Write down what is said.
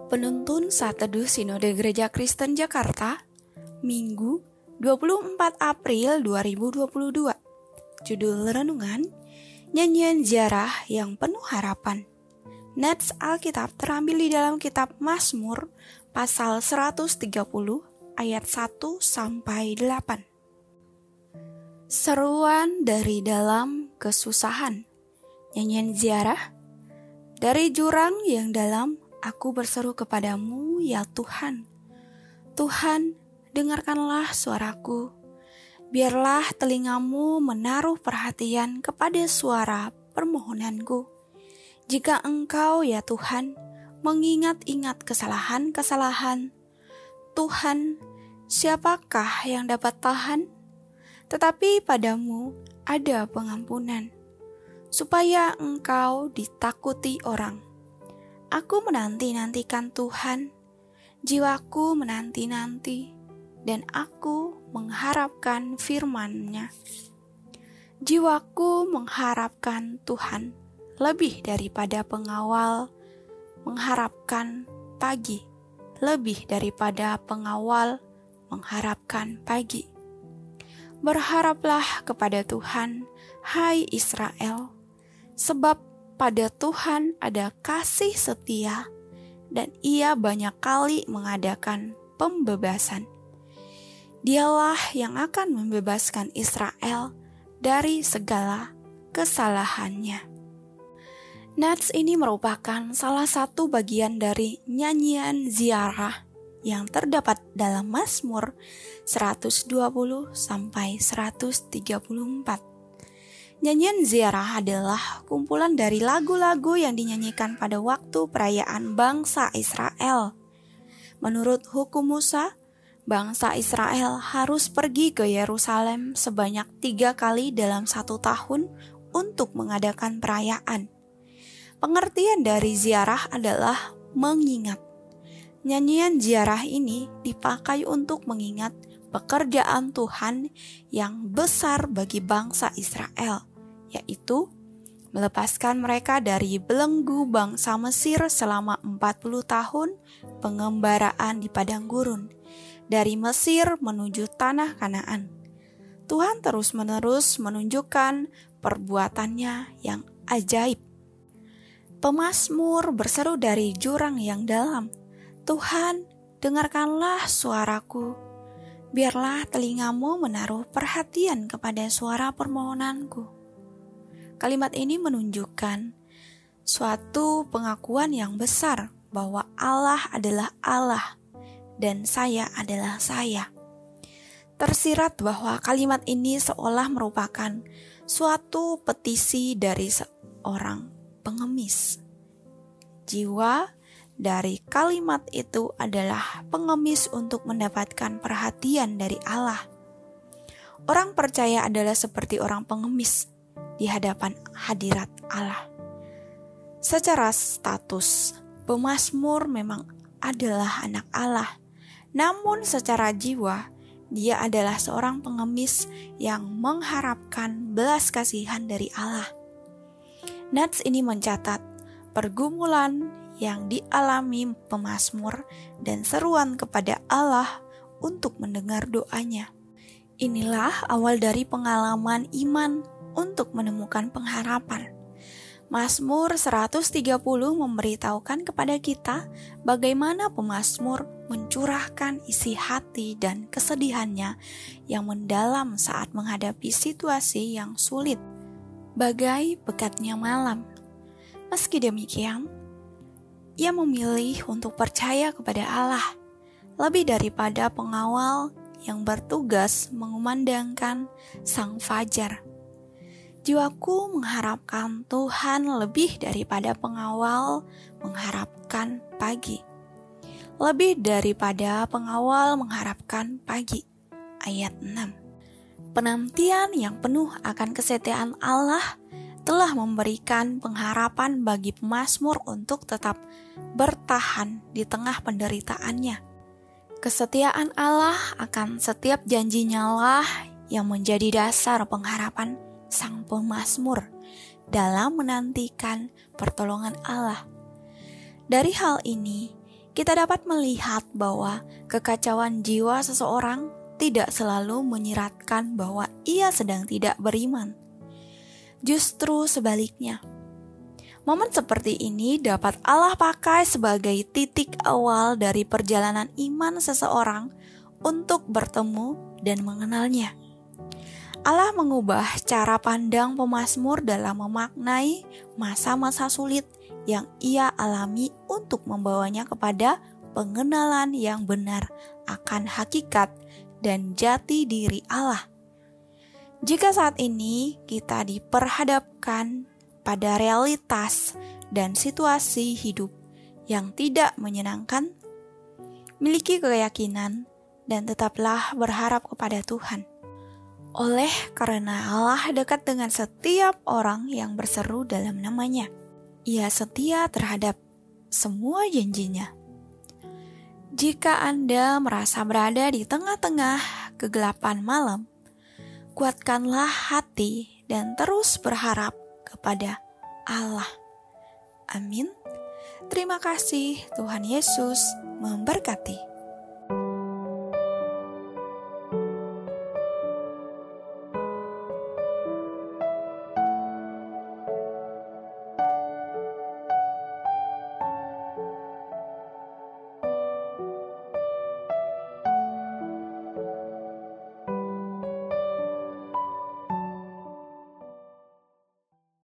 Penuntun Saat Teduh Sinode Gereja Kristen Jakarta, Minggu 24 April 2022. Judul Renungan, Nyanyian Ziarah yang Penuh Harapan. Nats Alkitab terambil di dalam kitab Mazmur pasal 130 ayat 1-8. Seruan dari dalam kesusahan. Nyanyian ziarah. Dari jurang yang dalam, aku berseru kepadamu, ya Tuhan. Tuhan, dengarkanlah suaraku. Biarlah telingamu menaruh perhatian kepada suara permohonanku. Jika Engkau, ya Tuhan, mengingat-ingat kesalahan-kesalahan, Tuhan, siapakah yang dapat tahan? Tetapi padamu ada pengampunan, supaya Engkau ditakuti orang. Aku menanti-nantikan Tuhan, jiwaku menanti-nanti, dan aku mengharapkan firman-Nya. Jiwaku mengharapkan Tuhan lebih daripada pengawal, mengharapkan pagi, lebih daripada pengawal, mengharapkan pagi. Berharaplah kepada Tuhan, hai Israel, sebab pada Tuhan ada kasih setia, dan Ia banyak kali mengadakan pembebasan. Dialah yang akan membebaskan Israel dari segala kesalahannya. Nats ini merupakan salah satu bagian dari nyanyian ziarah yang terdapat dalam Mazmur 120-134. Nyanyian ziarah adalah kumpulan dari lagu-lagu yang dinyanyikan pada waktu perayaan bangsa Israel. Menurut hukum Musa, bangsa Israel harus pergi ke Yerusalem sebanyak 3 kali dalam 1 tahun untuk mengadakan perayaan. Pengertian dari ziarah adalah mengingat. Nyanyian ziarah ini dipakai untuk mengingat pekerjaan Tuhan yang besar bagi bangsa Israel, yaitu melepaskan mereka dari belenggu bangsa Mesir selama 40 tahun pengembaraan di padang gurun, dari Mesir menuju tanah Kanaan. Tuhan terus-menerus menunjukkan perbuatannya yang ajaib. Pemazmur berseru dari jurang yang dalam, Tuhan, dengarkanlah suaraku. Biarlah telingamu menaruh perhatian kepada suara permohonanku. Kalimat ini menunjukkan suatu pengakuan yang besar bahwa Allah adalah Allah dan saya adalah saya. Tersirat bahwa kalimat ini seolah merupakan suatu petisi dari seorang pengemis. Jiwa dari kalimat itu adalah pengemis untuk mendapatkan perhatian dari Allah. Orang percaya adalah seperti orang pengemis di hadapan hadirat Allah. Secara status, pemazmur memang adalah anak Allah, namun secara jiwa, dia adalah seorang pengemis yang mengharapkan belas kasihan dari Allah. Nats ini mencatat pergumulan yang dialami pemazmur dan seruan kepada Allah untuk mendengar doanya. Inilah awal dari pengalaman iman untuk menemukan pengharapan. Mazmur 130 memberitahukan kepada kita bagaimana pemazmur mencurahkan isi hati dan kesedihannya yang mendalam saat menghadapi situasi yang sulit, bagai pekatnya malam. Meski demikian, ia memilih untuk percaya kepada Allah, lebih daripada pengawal yang bertugas mengumandangkan sang fajar. Jiwaku mengharapkan Tuhan lebih daripada pengawal mengharapkan pagi. Lebih daripada pengawal mengharapkan pagi. Ayat 6. Penantian yang penuh akan kesetiaan Allah telah memberikan pengharapan bagi pemazmur untuk tetap bertahan di tengah penderitaannya. Kesetiaan Allah akan setiap janjinya lah yang menjadi dasar pengharapan sang pemazmur dalam menantikan pertolongan Allah. Dari hal ini, kita dapat melihat bahwa kekacauan jiwa seseorang tidak selalu menyiratkan bahwa ia sedang tidak beriman. Justru sebaliknya, momen seperti ini dapat Allah pakai sebagai titik awal dari perjalanan iman seseorang untuk bertemu dan mengenalnya. Allah mengubah cara pandang pemazmur dalam memaknai masa-masa sulit yang ia alami untuk membawanya kepada pengenalan yang benar akan hakikat dan jati diri Allah. Jika saat ini kita diperhadapkan pada realitas dan situasi hidup yang tidak menyenangkan, miliki keyakinan dan tetaplah berharap kepada Tuhan. Oleh karena Allah dekat dengan setiap orang yang berseru dalam namanya. Ia setia terhadap semua janjinya. Jika Anda merasa berada di tengah-tengah kegelapan malam, kuatkanlah hati dan terus berharap kepada Allah. Amin. Terima kasih, Tuhan Yesus memberkati.